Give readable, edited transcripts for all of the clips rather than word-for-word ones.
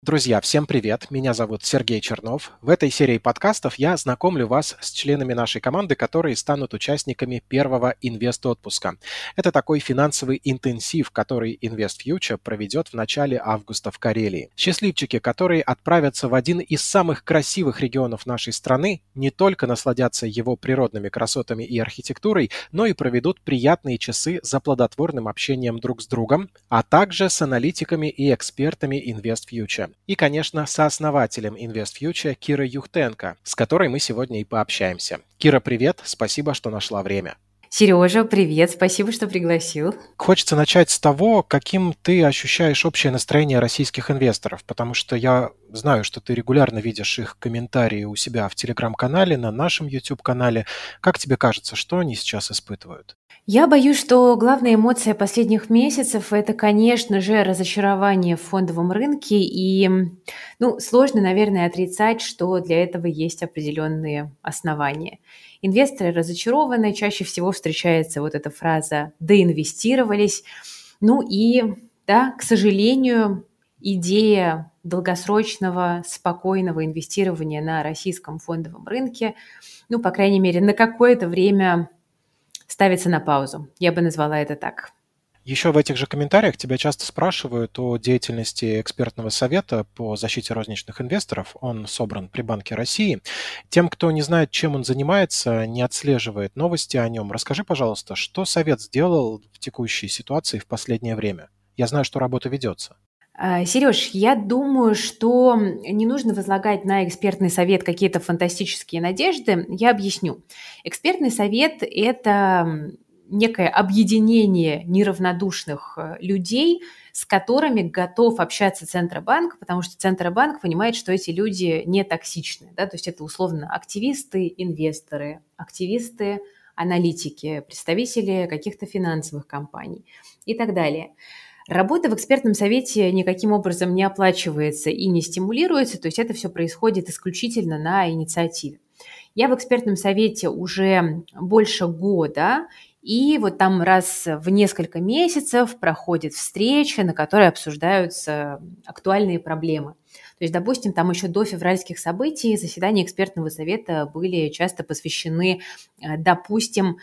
Друзья, всем привет! Меня зовут Сергей Чернов. В этой серии подкастов я знакомлю вас с членами нашей команды, которые станут участниками первого инвест-отпуска. Это такой финансовый интенсив, который InvestFuture проведет в начале августа в Карелии. Счастливчики, которые отправятся в один из самых красивых регионов нашей страны, не только насладятся его природными красотами и архитектурой, но и проведут приятные часы за плодотворным общением друг с другом, а также с аналитиками и экспертами InvestFuture. И, конечно, сооснователем InvestFuture Кирой Юхтенко, с которой мы сегодня и пообщаемся. Кира, привет! Спасибо, что нашла время. Сережа, привет, спасибо, что пригласил. Хочется начать с того, каким ты ощущаешь общее настроение российских инвесторов, потому что я знаю, что ты регулярно видишь их комментарии у себя в Телеграм-канале, на нашем YouTube-канале. Как тебе кажется, что они сейчас испытывают? Я боюсь, что главная эмоция последних месяцев – это, конечно же, разочарование в фондовом рынке. И, сложно, наверное, отрицать, что для этого есть определенные основания. Инвесторы разочарованы, чаще всего встречается вот эта фраза «доинвестировались». Да, к сожалению, идея долгосрочного, спокойного инвестирования на российском фондовом рынке, по крайней мере, на какое-то время ставится на паузу. Я бы назвала это так. Еще в этих же комментариях тебя часто спрашивают о деятельности экспертного совета по защите розничных инвесторов. Он собран при Банке России. Тем, кто не знает, чем он занимается, не отслеживает новости о нем, расскажи, пожалуйста, что совет сделал в текущей ситуации в последнее время? Я знаю, что работа ведется. Сереж, я думаю, что не нужно возлагать на экспертный совет какие-то фантастические надежды. Я объясню. Экспертный совет – это некое объединение неравнодушных людей, с которыми готов общаться Центробанк, потому что Центробанк понимает, что эти люди не токсичны. Да? То есть это условно активисты, инвесторы, активисты, аналитики, представители каких-то финансовых компаний и так далее. Работа в экспертном совете никаким образом не оплачивается и не стимулируется, то есть это все происходит исключительно на инициативе. Я в экспертном совете уже больше года, и вот там раз в несколько месяцев проходит встреча, на которой обсуждаются актуальные проблемы. То есть, допустим, там еще до февральских событий заседания экспертного совета были часто посвящены, допустим,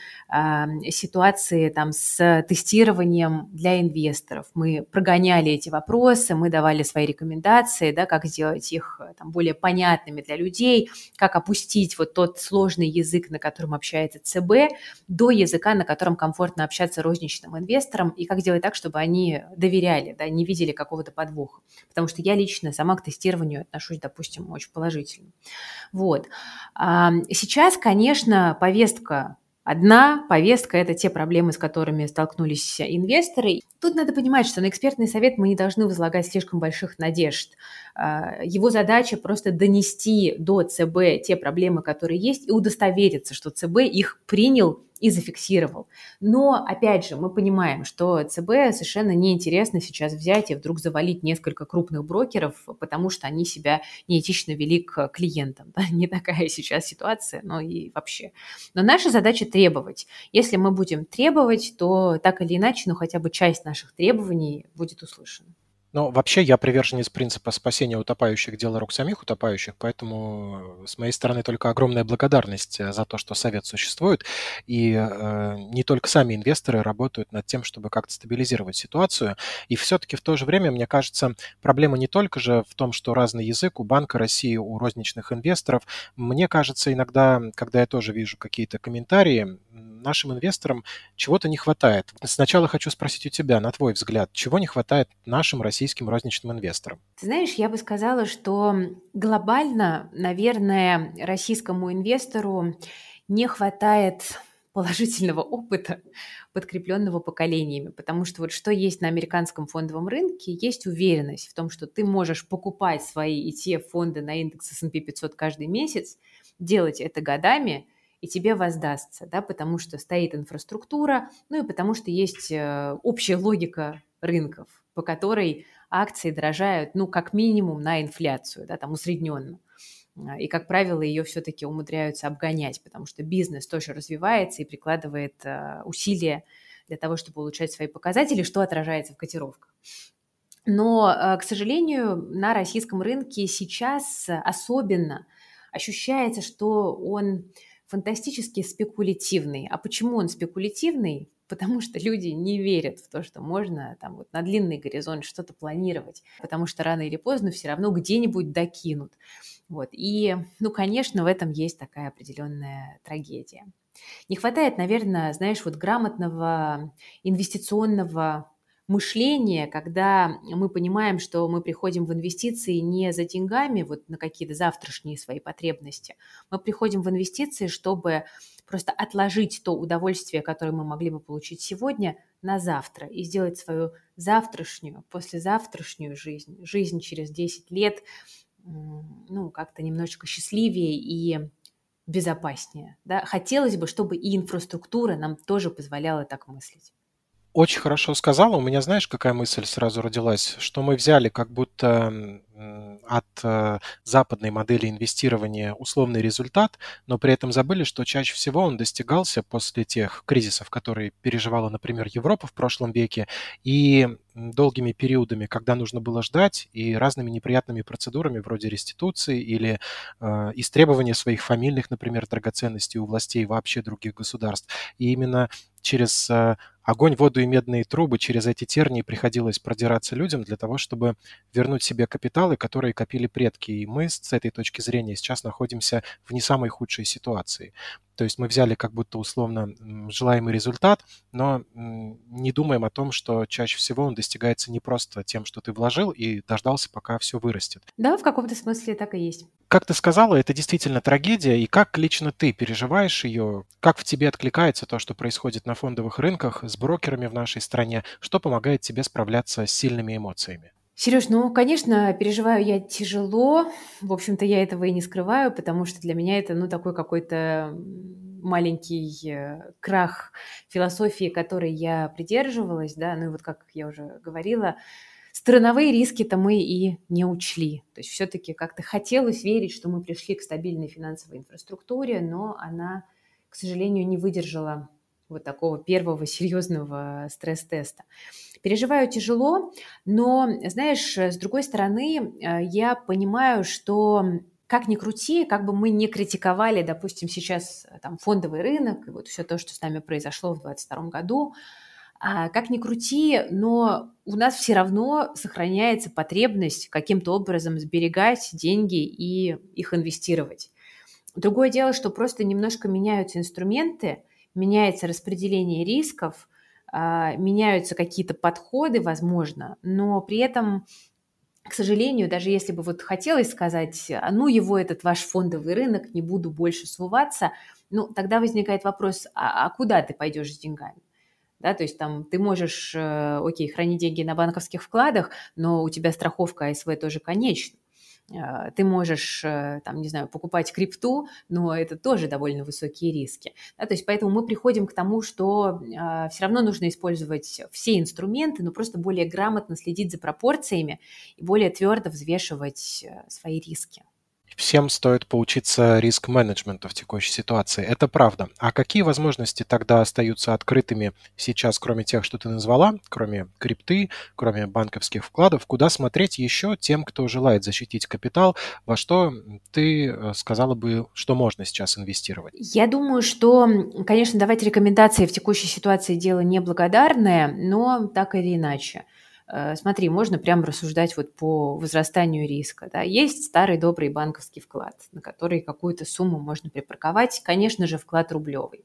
ситуации там с тестированием для инвесторов. Мы прогоняли эти вопросы, мы давали свои рекомендации, да, как сделать их там более понятными для людей, как опустить вот тот сложный язык, на котором общается ЦБ, до языка, на котором комфортно общаться розничным инвесторам, и как сделать так, чтобы они доверяли, да, не видели какого-то подвоха. Потому что я лично сама к тестированию отношусь, допустим, очень положительно. Вот. Сейчас, конечно, повестка одна. Повестка – это те проблемы, с которыми столкнулись инвесторы. Тут надо понимать, что на экспертный совет мы не должны возлагать слишком больших надежд. Его задача просто донести до ЦБ те проблемы, которые есть, и удостовериться, что ЦБ их принял и зафиксировал. Но, опять же, мы понимаем, что ЦБ совершенно неинтересно сейчас взять и вдруг завалить несколько крупных брокеров, потому что они себя неэтично вели к клиентам. Да? Не такая сейчас ситуация, но и вообще. Но наша задача требовать. Если мы будем требовать, то так или иначе, хотя бы часть наших требований будет услышана. Но вообще я приверженец принципа спасения утопающих – дело рук самих утопающих, поэтому с моей стороны только огромная благодарность за то, что совет существует. И не только сами инвесторы работают над тем, чтобы как-то стабилизировать ситуацию. И все-таки в то же время, мне кажется, проблема не только же в том, что разный язык у Банка России, у розничных инвесторов. Мне кажется, иногда, когда я тоже вижу какие-то комментарии, нашим инвесторам чего-то не хватает. Сначала хочу спросить у тебя, на твой взгляд, чего не хватает нашим российским розничным инвесторам? Ты знаешь, я бы сказала, что глобально, наверное, российскому инвестору не хватает положительного опыта, подкрепленного поколениями. Потому что вот что есть на американском фондовом рынке, есть уверенность в том, что ты можешь покупать свои ETF-фонды на индекс S&P 500 каждый месяц, делать это годами, и тебе воздастся, да, потому что стоит инфраструктура, и потому что есть общая логика рынков, по которой акции дорожают, как минимум на инфляцию, да, там усредненно. И, как правило, ее все-таки умудряются обгонять, потому что бизнес тоже развивается и прикладывает усилия для того, чтобы улучшать свои показатели, что отражается в котировках. Но, к сожалению, на российском рынке сейчас особенно ощущается, что он фантастически спекулятивный. А почему он спекулятивный? Потому что люди не верят в то, что можно там вот на длинный горизонт что-то планировать, потому что рано или поздно все равно где-нибудь докинут. Вот. И, ну, конечно, в этом есть такая определенная трагедия. Не хватает, наверное, знаешь, вот грамотного инвестиционного мышления, когда мы понимаем, что мы приходим в инвестиции не за деньгами, вот на какие-то завтрашние свои потребности. Мы приходим в инвестиции, чтобы просто отложить то удовольствие, которое мы могли бы получить сегодня, на завтра и сделать свою завтрашнюю, послезавтрашнюю жизнь, жизнь через 10 лет, ну, как-то немножечко счастливее и безопаснее. Да? Хотелось бы, чтобы и инфраструктура нам тоже позволяла так мыслить. Очень хорошо сказала. У меня, знаешь, какая мысль сразу родилась? Что мы взяли как будто от западной модели инвестирования условный результат, но при этом забыли, что чаще всего он достигался после тех кризисов, которые переживала, например, Европа в прошлом веке, и долгими периодами, когда нужно было ждать, и разными неприятными процедурами вроде реституции или истребования своих фамильных, например, драгоценностей у властей вообще других государств. И именно через огонь, воду и медные трубы, через эти тернии приходилось продираться людям для того, чтобы вернуть себе капиталы, которые копили предки. И мы с этой точки зрения сейчас находимся в не самой худшей ситуации. То есть мы взяли как будто условно желаемый результат, но не думаем о том, что чаще всего он достигается не просто тем, что ты вложил и дождался, пока все вырастет. Да, в каком-то смысле так и есть. Как ты сказала, это действительно трагедия, и как лично ты переживаешь ее? Как в тебе откликается то, что происходит на фондовых рынках с брокерами в нашей стране? Что помогает тебе справляться с сильными эмоциями? Сереж, ну, конечно, переживаю я тяжело. В общем-то, я этого и не скрываю, потому что для меня это, ну, такой какой-то маленький крах философии, которой я придерживалась, да, ну и вот как я уже говорила, страновые риски-то мы и не учли. То есть все-таки как-то хотелось верить, что мы пришли к стабильной финансовой инфраструктуре, но она, к сожалению, не выдержала вот такого первого серьезного стресс-теста. Переживаю тяжело, но, знаешь, с другой стороны, я понимаю, что как ни крути, как бы мы не критиковали, допустим, сейчас там фондовый рынок и вот все то, что с нами произошло в 2022 году, как ни крути, но у нас все равно сохраняется потребность каким-то образом сберегать деньги и их инвестировать. Другое дело, что просто немножко меняются инструменты, меняется распределение рисков, меняются какие-то подходы, возможно, но при этом, к сожалению, даже если бы вот хотелось сказать, ну его этот ваш фондовый рынок, не буду больше суваться, ну тогда возникает вопрос, а куда ты пойдешь с деньгами? Да, то есть там ты можешь, окей, хранить деньги на банковских вкладах, но у тебя страховка АСВ тоже конечна. Ты можешь, там, не знаю, покупать крипту, но это тоже довольно высокие риски. Да, то есть поэтому мы приходим к тому, что все равно нужно использовать все инструменты, но просто более грамотно следить за пропорциями и более твердо взвешивать свои риски. Всем стоит поучиться риск-менеджменту в текущей ситуации. Это правда. А какие возможности тогда остаются открытыми сейчас, кроме тех, что ты назвала, кроме крипты, кроме банковских вкладов? Куда смотреть еще тем, кто желает защитить капитал? Во что ты сказала бы, что можно сейчас инвестировать? Я думаю, что, конечно, давать рекомендации в текущей ситуации дело неблагодарное, но так или иначе. Смотри, можно прям рассуждать вот по возрастанию риска. Да. Есть старый добрый банковский вклад, на который какую-то сумму можно припарковать. Конечно же, вклад рублевый.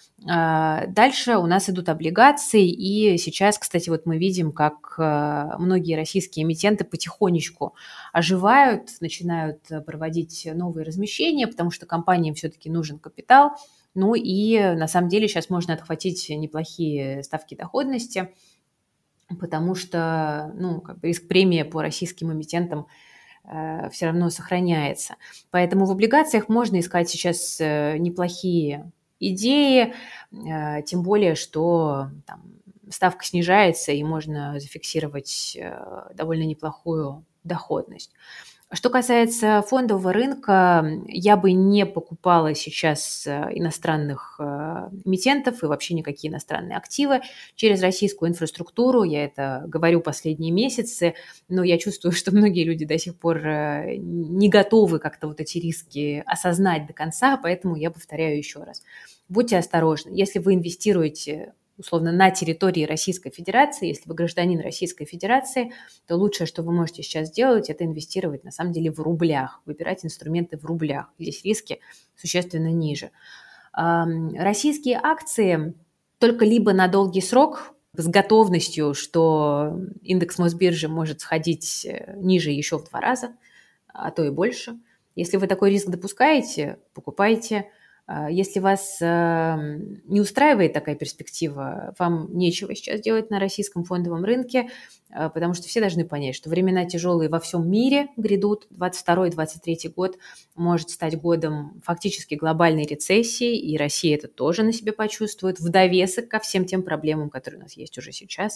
Дальше у нас идут облигации, и сейчас, кстати, вот мы видим, как многие российские эмитенты потихонечку оживают, начинают проводить новые размещения, потому что компаниям все-таки нужен капитал. Ну и на самом деле сейчас можно отхватить неплохие ставки доходности, потому что, ну, как бы риск-премия по российским эмитентам все равно сохраняется. Поэтому в облигациях можно искать сейчас неплохие идеи, тем более, что там ставка снижается, и можно зафиксировать довольно неплохую доходность. Что касается фондового рынка, я бы не покупала сейчас иностранных эмитентов и вообще никакие иностранные активы через российскую инфраструктуру. Я это говорю последние месяцы, но я чувствую, что многие люди до сих пор не готовы как-то вот эти риски осознать до конца, поэтому я повторяю еще раз. Будьте осторожны. Если вы инвестируете условно на территории Российской Федерации, если вы гражданин Российской Федерации, то лучшее, что вы можете сейчас сделать, это инвестировать на самом деле в рублях, выбирать инструменты в рублях. Здесь риски существенно ниже. Российские акции только либо на долгий срок с готовностью, что индекс Мосбиржи может сходить ниже еще в 2 раза, а то и больше. Если вы такой риск допускаете, покупайте. Если вас не устраивает такая перспектива, вам нечего сейчас делать на российском фондовом рынке, потому что все должны понять, что времена тяжелые во всем мире грядут. 2022-2023 год может стать годом фактически глобальной рецессии, и Россия это тоже на себе почувствует, в довесок ко всем тем проблемам, которые у нас есть уже сейчас.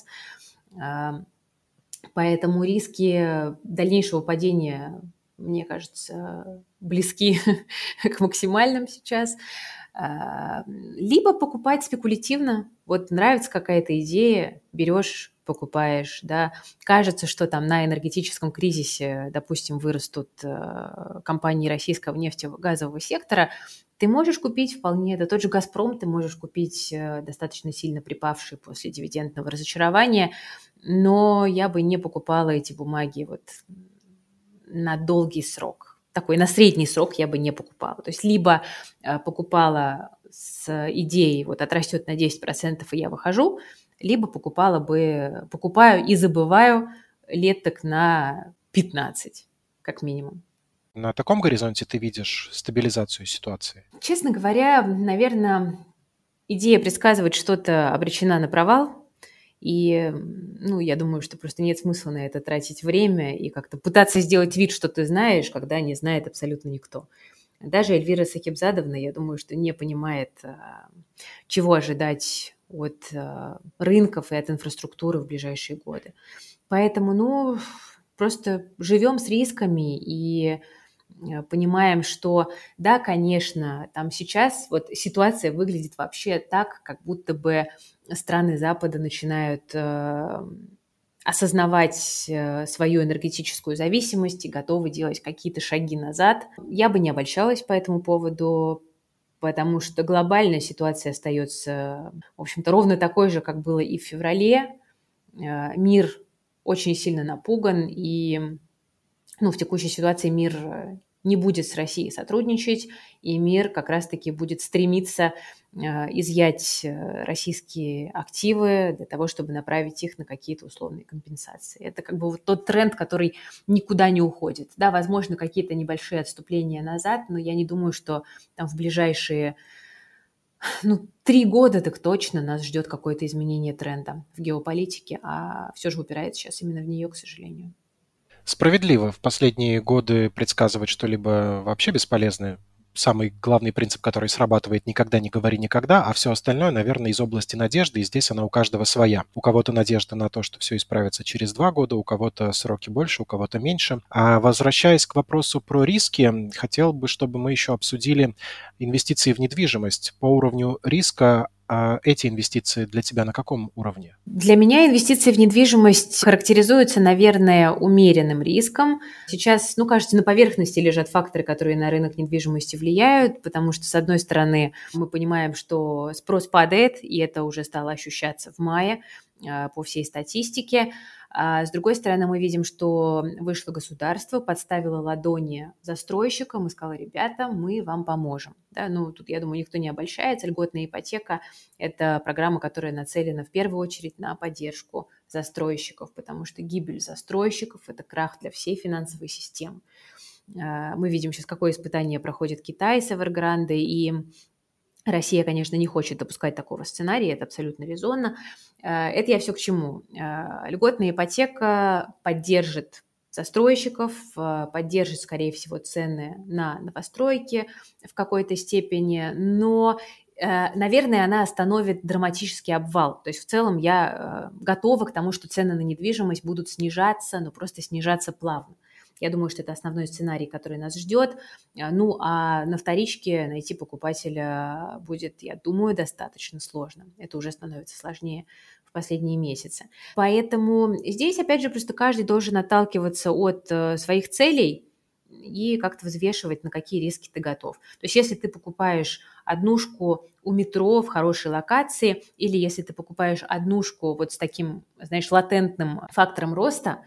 Поэтому риски дальнейшего падения, мне кажется, близки к максимальным сейчас. Либо покупать спекулятивно. Вот нравится какая-то идея, берешь, покупаешь, да. Кажется, что там на энергетическом кризисе, допустим, вырастут компании российского нефтегазового сектора, ты можешь купить вполне, да тот же «Газпром» ты можешь купить достаточно сильно припавший после дивидендного разочарования, но я бы не покупала эти бумаги вот на долгий срок. Такой на средний срок я бы не покупала. То есть либо покупала с идеей, вот отрастет на 10% и я выхожу, либо покупаю и забываю лет так на 15, как минимум. На таком горизонте ты видишь стабилизацию ситуации? Честно говоря, наверное, идея предсказывать что-то обречена на провал. И, я думаю, что просто нет смысла на это тратить время и как-то пытаться сделать вид, что ты знаешь, когда не знает абсолютно никто. Даже Эльвира Сахибзадовна, я думаю, что не понимает, чего ожидать от рынков и от инфраструктуры в ближайшие годы. Поэтому, просто живем с рисками и понимаем, что да, конечно, там сейчас вот ситуация выглядит вообще так, как будто бы страны Запада начинают осознавать свою энергетическую зависимость и готовы делать какие-то шаги назад. Я бы не обольщалась по этому поводу, потому что глобальная ситуация остается, в общем-то, ровно такой же, как было и в феврале. Мир очень сильно напуган, и в текущей ситуации мир не будет с Россией сотрудничать, и мир как раз-таки будет стремиться изъять российские активы для того, чтобы направить их на какие-то условные компенсации. Это как бы вот тот тренд, который никуда не уходит. Да, возможно, какие-то небольшие отступления назад, но я не думаю, что там в ближайшие 3 года так точно нас ждет какое-то изменение тренда в геополитике, а все же упирается сейчас именно в нее, к сожалению. Справедливо. В последние годы предсказывать что-либо вообще бесполезно. Самый главный принцип, который срабатывает: никогда не говори никогда, а все остальное, наверное, из области надежды, и здесь она у каждого своя. У кого-то надежда на то, что все исправится через 2 года, у кого-то сроки больше, у кого-то меньше. А возвращаясь к вопросу про риски, хотел бы, чтобы мы еще обсудили инвестиции в недвижимость. По уровню риска эти инвестиции для тебя на каком уровне? Для меня инвестиции в недвижимость характеризуются, наверное, умеренным риском. Сейчас, кажется, на поверхности лежат факторы, которые на рынок недвижимости влияют, потому что, с одной стороны, мы понимаем, что спрос падает, и это уже стало ощущаться в мае по всей статистике. А с другой стороны, мы видим, что вышло государство, подставило ладони застройщикам и сказало: ребята, мы вам поможем. Да, тут, я думаю, никто не обольщается. Льготная ипотека – это программа, которая нацелена в первую очередь на поддержку застройщиков, потому что гибель застройщиков – это крах для всей финансовой системы. Мы видим сейчас, какое испытание проходит Китай с Evergrande, и Россия, конечно, не хочет допускать такого сценария, это абсолютно резонно. Это я все к чему? Льготная ипотека поддержит застройщиков, поддержит, скорее всего, цены на новостройки в какой-то степени, но наверное, она остановит драматический обвал. То есть в целом я готова к тому, что цены на недвижимость будут снижаться, но просто снижаться плавно. Я думаю, что это основной сценарий, который нас ждет. Ну, а на вторичке найти покупателя будет, я думаю, достаточно сложно. Это уже становится сложнее в последние месяцы. Поэтому здесь, опять же, просто каждый должен отталкиваться от своих целей и как-то взвешивать, на какие риски ты готов. То есть если ты покупаешь однушку у метро в хорошей локации, или если ты покупаешь однушку вот с таким, знаешь, латентным фактором роста,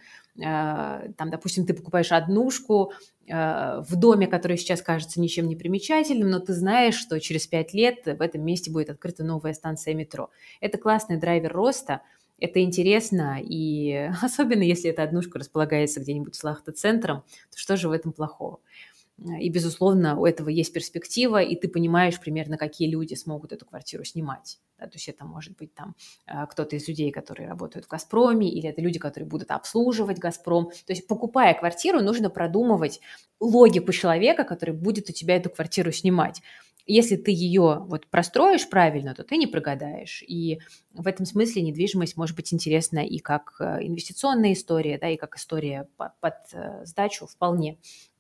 там, допустим, ты покупаешь однушку в доме, который сейчас кажется ничем не примечательным, но ты знаешь, что через 5 лет в этом месте будет открыта новая станция метро. Это классный драйвер роста, это интересно, и особенно если эта однушка располагается где-нибудь с Лахта-центром, то что же в этом плохого? И, безусловно, у этого есть перспектива, и ты понимаешь примерно, какие люди смогут эту квартиру снимать. Да, то есть это может быть там кто-то из людей, которые работают в «Газпроме», или это люди, которые будут обслуживать «Газпром». То есть, покупая квартиру, нужно продумывать логику человека, который будет у тебя эту квартиру снимать. Если ты ее вот простроишь правильно, то ты не прогадаешь. И в этом смысле недвижимость может быть интересна и как инвестиционная история, да, и как история под сдачу вполне.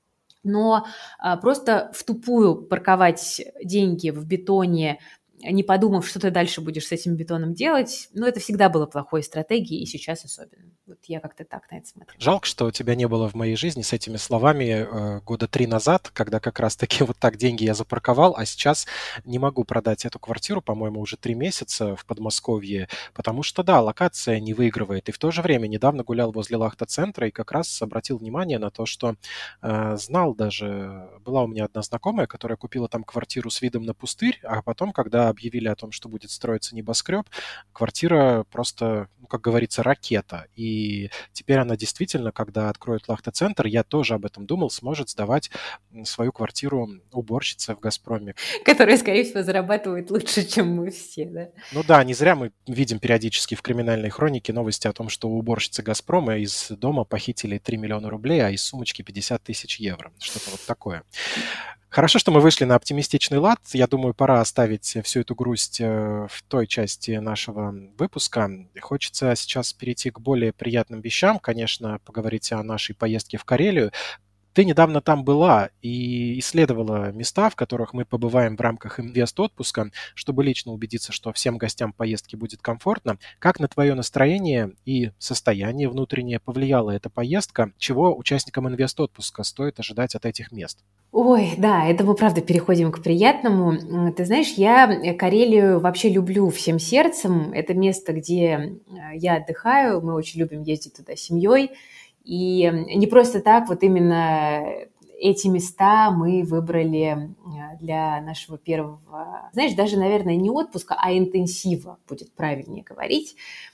Но просто в тупую парковать деньги в бетоне, не подумав, что ты дальше будешь с этим бетоном делать, ну, это всегда было плохой стратегией, и сейчас особенно. Вот я как-то так на это смотрю. Жалко, что тебя не было в моей жизни с этими словами года 3 назад, когда как раз-таки вот так деньги я запарковал, а сейчас не могу продать эту квартиру, по-моему, уже 3 месяца в Подмосковье, потому что, да, локация не выигрывает. И в то же время недавно гулял возле Лахта-центра и как раз обратил внимание на то, что знал даже, была у меня одна знакомая, которая купила там квартиру с видом на пустырь, а потом, когда объявили о том, что будет строиться небоскреб, квартира просто, ну, как говорится, ракета. И теперь она действительно, когда откроет Лахта-центр, я тоже об этом думал, сможет сдавать свою квартиру уборщице в «Газпроме». Которая, скорее всего, зарабатывает лучше, чем мы все, да? Ну да, не зря мы видим периодически в криминальной хронике новости о том, что у уборщицы «Газпрома» из дома похитили 3 миллиона рублей, а из сумочки 50 тысяч евро. Что-то вот такое. Хорошо, что мы вышли на оптимистичный лад. Я думаю, пора оставить всю эту грусть в той части нашего выпуска. Хочется сейчас перейти к более приятным вещам. Конечно, поговорить о нашей поездке в Карелию. Ты недавно там была и исследовала места, в которых мы побываем в рамках инвест-отпуска, чтобы лично убедиться, что всем гостям поездки будет комфортно. Как на твое настроение и состояние внутреннее повлияла эта поездка? Чего участникам инвест-отпуска стоит ожидать от этих мест? Ой, да, это мы правда переходим к приятному. Ты знаешь, я Карелию вообще люблю всем сердцем. Это место, где я отдыхаю. Мы очень любим ездить туда с семьей. И не просто так, вот именно эти места мы выбрали для нашего первого, знаешь, даже, наверное, не отпуска, а интенсива, будет правильнее говорить.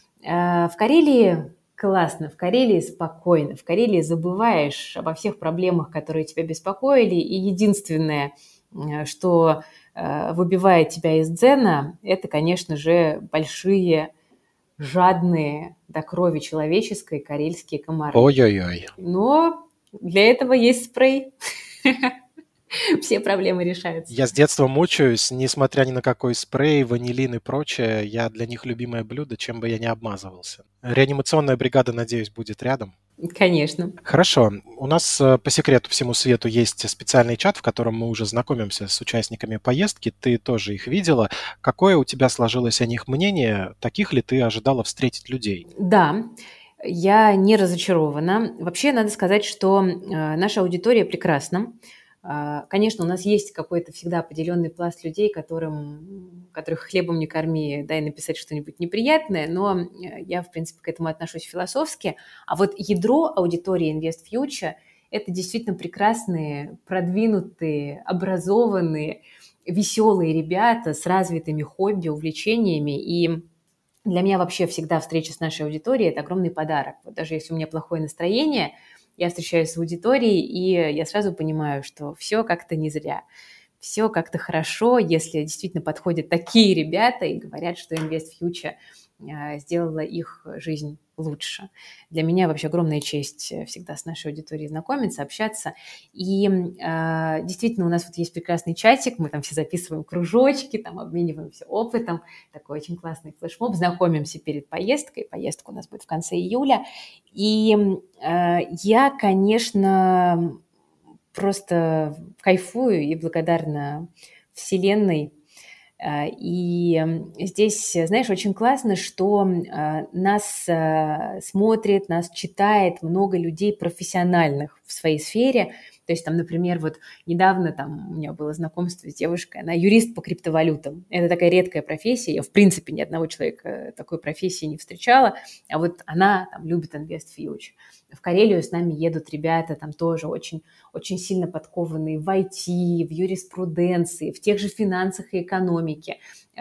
В Карелии классно, в Карелии спокойно, в Карелии забываешь обо всех проблемах, которые тебя беспокоили, и единственное, что выбивает тебя из дзена, это, конечно же, большие, жадные до крови человеческой карельские комары. Ой-ой-ой. Но для этого есть спрей. Все проблемы решаются. Я с детства мучаюсь, несмотря ни на какой спрей, ванилин и прочее. Я для них любимое блюдо, чем бы я ни обмазывался. Реанимационная бригада, надеюсь, будет рядом. Конечно. Хорошо. У нас по секрету всему свету есть специальный чат, в котором мы уже знакомимся с участниками поездки. Ты тоже их видела. Какое у тебя сложилось о них мнение? Таких ли ты ожидала встретить людей? Да, я не разочарована. Вообще, надо сказать, что наша аудитория прекрасна. Конечно, у нас есть какой-то всегда определенный пласт людей, которых хлебом не корми, дай написать что-нибудь неприятное, но я, в принципе, к этому отношусь философски. А вот ядро аудитории Invest Future – это действительно прекрасные, продвинутые, образованные, веселые ребята с развитыми хобби, увлечениями. И для меня вообще всегда встреча с нашей аудиторией – это огромный подарок. Вот даже если у меня плохое настроение – я встречаюсь с аудиторией, и я сразу понимаю, что все как-то не зря. Все как-то хорошо, если действительно подходят такие ребята и говорят, что Invest Future сделала их жизнь лучше. Для меня вообще огромная честь всегда с нашей аудиторией знакомиться, общаться. И действительно у нас вот есть прекрасный чатик, мы там все записываем кружочки, там обмениваемся опытом, такой очень классный флешмоб, знакомимся перед поездкой. Поездка у нас будет в конце июля. И я, конечно, просто кайфую и благодарна Вселенной. И здесь, знаешь, очень классно, что нас смотрит, нас читает много людей профессиональных в своей сфере. То есть там, например, вот недавно там у меня было знакомство с девушкой, она юрист по криптовалютам. Это такая редкая профессия, я в принципе ни одного человека такой профессии не встречала, а вот она там любит InvestFuture. В Карелию с нами едут ребята, там тоже очень, очень сильно подкованные в IT, в юриспруденции, в тех же финансах и экономике.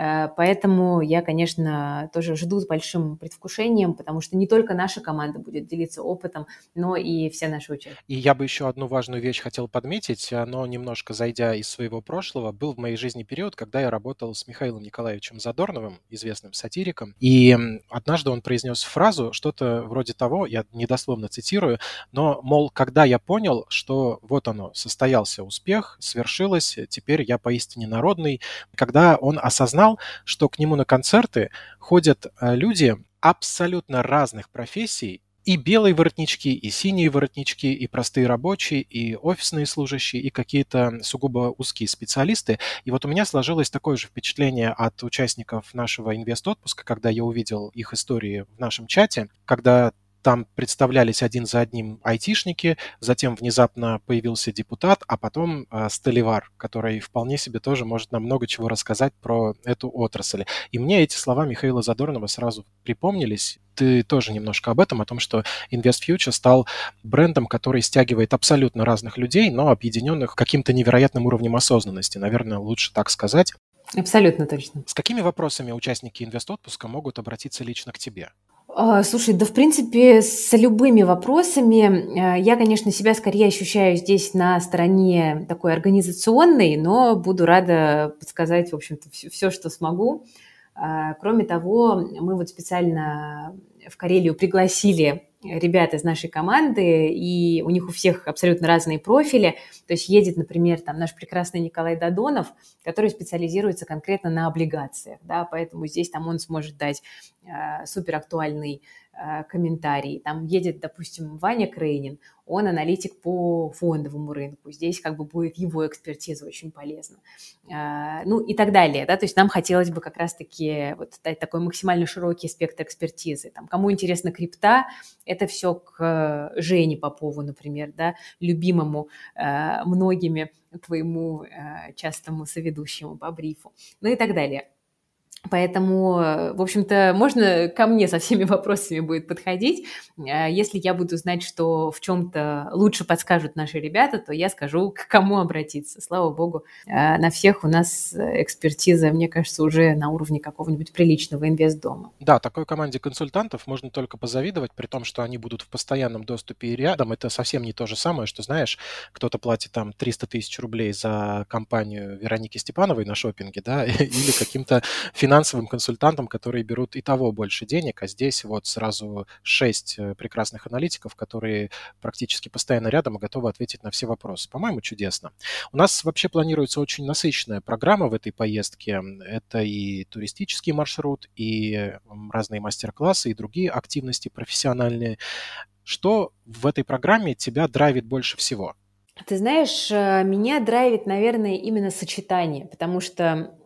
Поэтому я, конечно, тоже жду с большим предвкушением, потому что не только наша команда будет делиться опытом, но и все наши участники. И я бы еще одну важную вещь хотел подметить, но немножко зайдя из своего прошлого, был в моей жизни период, когда я работал с Михаилом Николаевичем Задорновым, известным сатириком, и однажды он произнес фразу, что-то вроде того, я недословно цитирую, но, мол, когда я понял, что вот оно, состоялся успех, свершилось, теперь я поистине народный, когда он осознал, что к нему на концерты ходят люди абсолютно разных профессий, и белые воротнички, и синие воротнички, и простые рабочие, и офисные служащие, и какие-то сугубо узкие специалисты. И вот у меня сложилось такое же впечатление от участников нашего инвест-отпуска, когда я увидел их истории в нашем чате, когда там представлялись один за одним айтишники, затем внезапно появился депутат, а потом столевар, который вполне себе тоже может нам много чего рассказать про эту отрасль. И мне эти слова Михаила Задорнова сразу припомнились. Ты тоже немножко об этом, о том, что InvestFuture стал брендом, который стягивает абсолютно разных людей, но объединенных каким-то невероятным уровнем осознанности. Наверное, лучше так сказать. Абсолютно точно. С какими вопросами участники инвест-отпуска могут обратиться лично к тебе? Слушай, да в принципе с любыми вопросами. Я, конечно, себя скорее ощущаю здесь на стороне такой организационной, но буду рада подсказать, в общем-то, все, что смогу. Кроме того, мы вот специально в Карелию пригласили ребят из нашей команды, и у них у всех абсолютно разные профили. То есть едет, например, там наш прекрасный Николай Додонов, который специализируется конкретно на облигациях, да, поэтому здесь там он сможет дать суперактуальный комментарий. Там едет, допустим, Ваня Крейнин, он аналитик по фондовому рынку. Здесь как бы будет его экспертиза очень полезна. Ну и так далее. Да? То есть нам хотелось бы как раз-таки вот дать такой максимально широкий спектр экспертизы. Там, кому интересна крипта, это все к Жене Попову, например, да, любимому многими твоему частому соведущему по брифу. Ну и так далее. Поэтому, в общем-то, можно ко мне со всеми вопросами будет подходить. Если я буду знать, что в чем-то лучше подскажут наши ребята, то я скажу, к кому обратиться. Слава богу, на всех у нас экспертиза, мне кажется, уже на уровне какого-нибудь приличного инвестдома. Да, такой команде консультантов можно только позавидовать, при том, что они будут в постоянном доступе и рядом. Это совсем не то же самое, что, знаешь, кто-то платит там 300 тысяч рублей за компанию Вероники Степановой на шопинге, да, или каким-то финансовым консультантам, которые берут и того больше денег, а здесь вот сразу 6 прекрасных аналитиков, которые практически постоянно рядом и готовы ответить на все вопросы. По-моему, чудесно. У нас вообще планируется очень насыщенная программа в этой поездке. Это и туристический маршрут, и разные мастер-классы, и другие активности профессиональные. Что в этой программе тебя драйвит больше всего? Ты знаешь, меня драйвит, наверное, именно сочетание, потому что,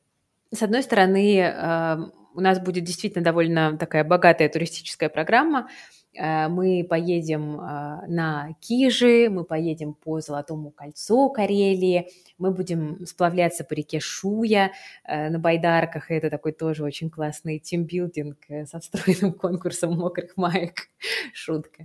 с одной стороны, у нас будет действительно довольно такая богатая туристическая программа. Мы поедем на Кижи, мы поедем по Золотому кольцу Карелии, мы будем сплавляться по реке Шуя на байдарках. Это такой тоже очень классный тимбилдинг со встроенным конкурсом мокрых маек. Шутка.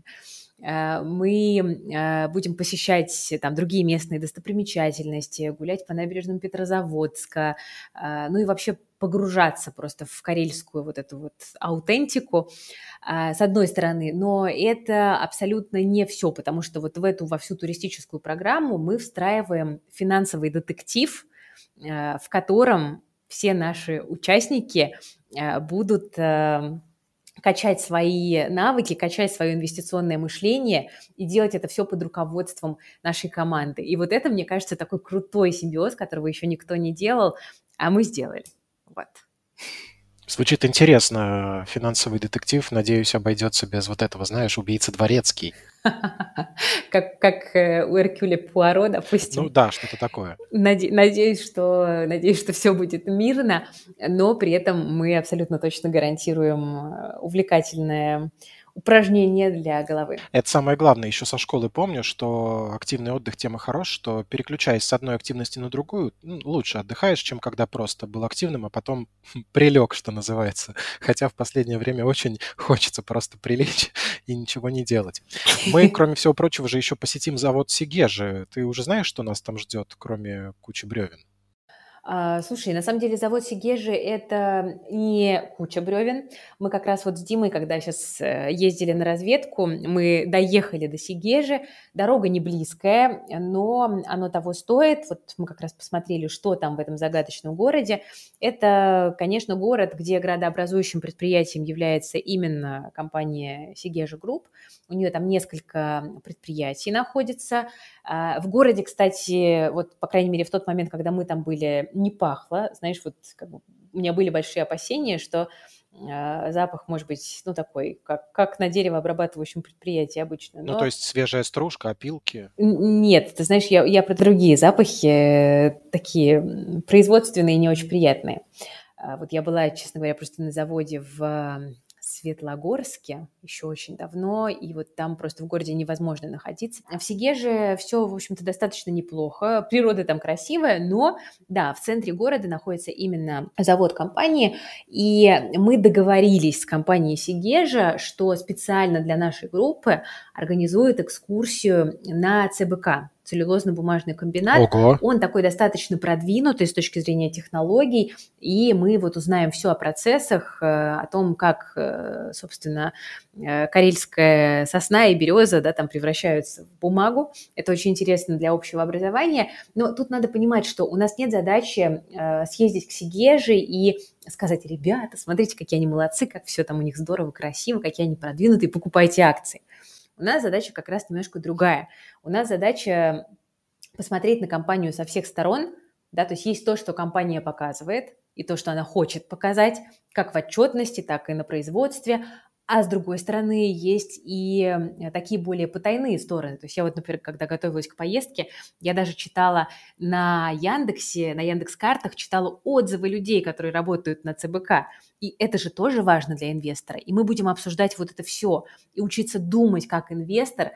Мы будем посещать там другие местные достопримечательности, гулять по набережным Петрозаводска, ну и вообще погружаться просто в карельскую вот эту вот аутентику, с одной стороны. Но это абсолютно не все, потому что вот в эту во всю туристическую программу мы встраиваем финансовый детектив, в котором все наши участники будут качать свои навыки, качать свое инвестиционное мышление и делать это все под руководством нашей команды. И вот это, мне кажется, такой крутой симбиоз, которого еще никто не делал, а мы сделали. Вот. Звучит интересно. Финансовый детектив, надеюсь, обойдется без вот этого, знаешь, убийца дворецкий. Как у Эркюля Пуаро, Ну допустим. да, что-то такое. Надеюсь, что все будет мирно, но при этом мы абсолютно точно гарантируем увлекательное упражнение для головы. Это самое главное. Еще со школы помню, что активный отдых тем и хорош, что переключаясь с одной активности на другую, лучше отдыхаешь, чем когда просто был активным, а потом прилег, что называется. Хотя в последнее время очень хочется просто прилечь и ничего не делать. Мы, кроме всего прочего, же еще посетим завод Сигежи. Ты уже знаешь, что нас там ждет, кроме кучи бревен? Слушай, на самом деле завод Сигежи – это не куча бревен. Мы как раз вот с Димой, когда сейчас ездили на разведку, мы доехали до Сигежи. Дорога не близкая, но оно того стоит. Вот мы как раз посмотрели, что там в этом загадочном городе. Это, конечно, город, где градообразующим предприятием является именно компания Сигежи Групп. У нее там несколько предприятий находится. В городе, кстати, вот, по крайней мере, в тот момент, когда мы там были, не пахло. Знаешь, вот как бы у меня были большие опасения, что запах может быть, ну, такой, как на деревообрабатывающем предприятии обычно. Ну, то Но есть свежая стружка, опилки. нет, ты знаешь, я про другие запахи, такие производственные и не очень приятные. Вот я была, честно говоря, просто на заводе в Светлогорске еще очень давно, и вот там просто в городе невозможно находиться. В Сегеже все, в общем-то, достаточно неплохо. Природа там красивая, но, да, в центре города находится именно завод компании, и мы договорились с компанией Сегежа, что специально для нашей группы организуют экскурсию на ЦБК, целлюлозно-бумажный комбинат. Ого! Он такой достаточно продвинутый с точки зрения технологий, и мы вот узнаем все о процессах, о том, как, собственно, карельская сосна и береза, да, там превращаются в бумагу. Это очень интересно для общего образования. Но тут надо понимать, что у нас нет задачи съездить к Сегеже и сказать: ребята, смотрите, какие они молодцы, как все там у них здорово, красиво, какие они продвинутые, покупайте акции. У нас задача как раз немножко другая. У нас задача посмотреть на компанию со всех сторон, да, то есть то, что компания показывает, и то, что она хочет показать, как в отчетности, так и на производстве, а с другой стороны есть и такие более потайные стороны. То есть я вот, например, когда готовилась к поездке, я даже читала на Яндексе, на Яндекс.Картах, читала отзывы людей, которые работают на ЦБК. И это же тоже важно для инвестора. И мы будем обсуждать вот это все и учиться думать как инвестор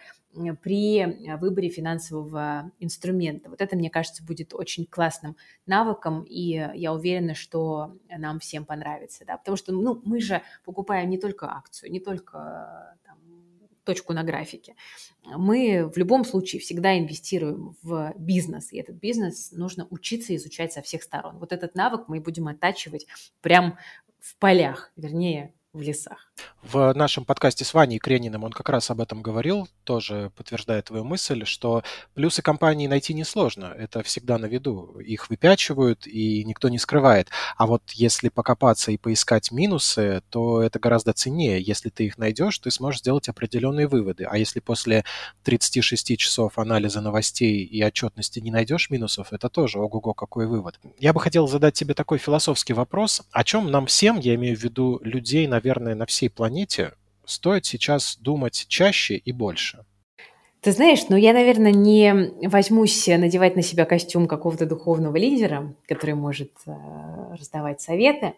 при выборе финансового инструмента. Вот это, мне кажется, будет очень классным навыком, и я уверена, что нам всем понравится, да, потому что, ну, мы же покупаем не только акцию, не только там, точку на графике. Мы в любом случае всегда инвестируем в бизнес, и этот бизнес нужно учиться изучать со всех сторон. Вот этот навык мы будем оттачивать прям в полях, вернее, в лесах. В нашем подкасте с Ваней Крениным он как раз об этом говорил, тоже подтверждает твою мысль, что плюсы компании найти несложно, это всегда на виду, их выпячивают и никто не скрывает. А вот если покопаться и поискать минусы, то это гораздо ценнее. Если ты их найдешь, ты сможешь сделать определенные выводы. А если после 36 часов анализа новостей и отчетности не найдешь минусов, это тоже ого-го какой вывод. Я бы хотел задать тебе такой философский вопрос. О чем нам всем, я имею в виду людей, наверное, на всей планете, стоит сейчас думать чаще и больше? Ты знаешь, ну я, наверное, не возьмусь надевать на себя костюм какого-то духовного лидера, который может раздавать советы,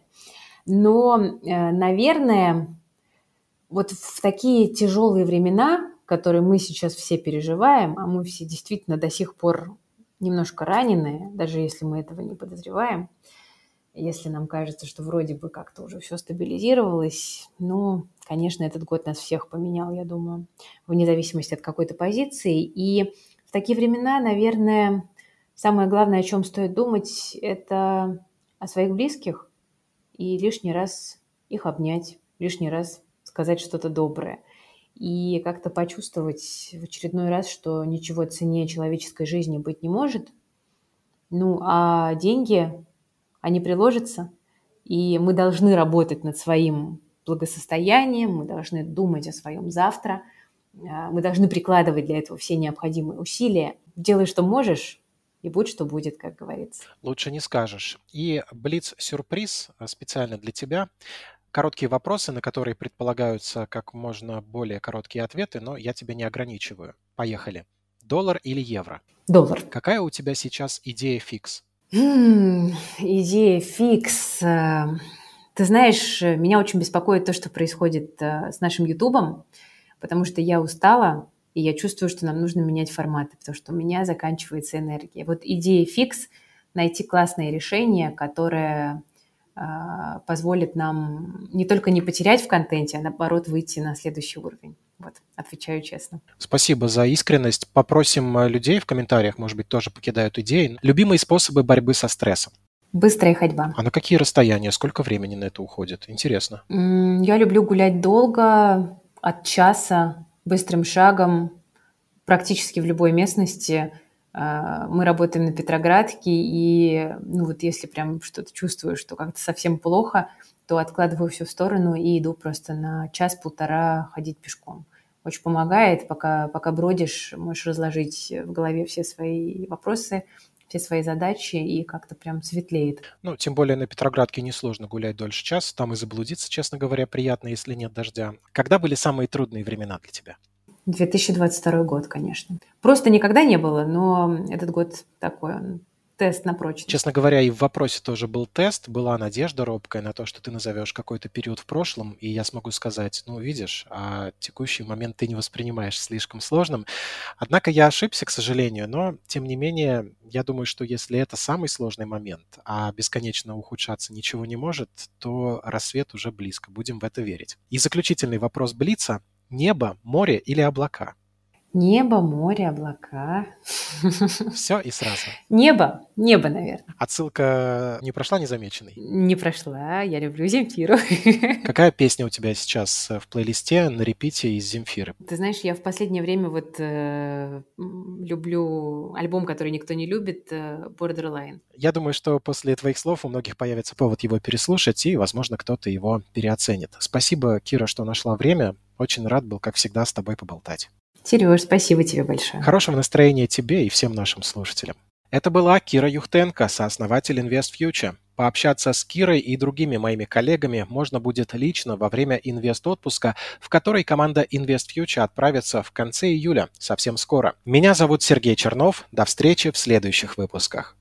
но, наверное, вот в такие тяжелые времена, которые мы сейчас все переживаем, а мы все действительно до сих пор немножко раненые, даже если мы этого не подозреваем, если нам кажется, что вроде бы как-то уже все стабилизировалось, но, конечно, этот год нас всех поменял, я думаю, вне зависимости от какой-то позиции. И в такие времена, наверное, самое главное, о чем стоит думать, это о своих близких и лишний раз их обнять, лишний раз сказать что-то доброе. И как-то почувствовать в очередной раз, что ничего ценнее человеческой жизни быть не может. Ну, они приложатся, и мы должны работать над своим благосостоянием, мы должны думать о своем завтра, мы должны прикладывать для этого все необходимые усилия. Делай, что можешь, и будь, что будет, как говорится. Лучше не скажешь. И блиц-сюрприз специально для тебя. Короткие вопросы, на которые предполагаются как можно более короткие ответы, но я тебя не ограничиваю. Поехали. Доллар или евро? Доллар. Какая у тебя сейчас идея фикс? Идея фикс. Ты знаешь, меня очень беспокоит то, что происходит с нашим Ютубом, потому что я устала, и я чувствую, что нам нужно менять форматы, потому что у меня заканчивается энергия. Вот идея фикс — найти классное решение, которое позволит нам не только не потерять в контенте, а наоборот выйти на следующий уровень. Вот, отвечаю честно. Спасибо за искренность. Попросим людей в комментариях, может быть, тоже покидают идеи. Любимые способы борьбы со стрессом. Быстрая ходьба. А на какие расстояния? Сколько времени на это уходит? Интересно. Я люблю гулять долго, от часа, быстрым шагом, практически в любой местности. Мы работаем на Петроградке, и вот если прям что-то чувствую, что как-то совсем плохо, то откладываю все в сторону и иду просто на час-полтора ходить пешком. Очень помогает, пока бродишь, можешь разложить в голове все свои вопросы, все свои задачи, и как-то прям светлеет. Тем более на Петроградке несложно гулять дольше часа. Там и заблудиться, честно говоря, приятно, если нет дождя. Когда были самые трудные времена для тебя? 2022 год, конечно. Просто никогда не было, но этот год такой, он тест на прочность. Честно говоря, и в вопросе тоже был тест, была надежда робкая на то, что ты назовешь какой-то период в прошлом, и я смогу сказать, видишь, а текущий момент ты не воспринимаешь слишком сложным. Однако я ошибся, к сожалению, но, тем не менее, я думаю, что если это самый сложный момент, а бесконечно ухудшаться ничего не может, то рассвет уже близко, будем в это верить. И заключительный вопрос Блица. Небо, море или облака? Небо, море, облака. Все и сразу. Небо, наверное. Отсылка не прошла незамеченной? Не прошла, я люблю Земфиру. Какая песня у тебя сейчас в плейлисте на репите из Земфиры? Ты знаешь, я в последнее время люблю альбом, который никто не любит, Borderline. Я думаю, что после твоих слов у многих появится повод его переслушать, и, возможно, кто-то его переоценит. Спасибо, Кира, что нашла время. Очень рад был, как всегда, с тобой поболтать. Сереж, спасибо тебе большое. Хорошего настроения тебе и всем нашим слушателям. Это была Кира Юхтенко, сооснователь InvestFuture. Пообщаться с Кирой и другими моими коллегами можно будет лично во время инвест-отпуска, в который команда InvestFuture отправится в конце июля, совсем скоро. Меня зовут Сергей Чернов. До встречи в следующих выпусках.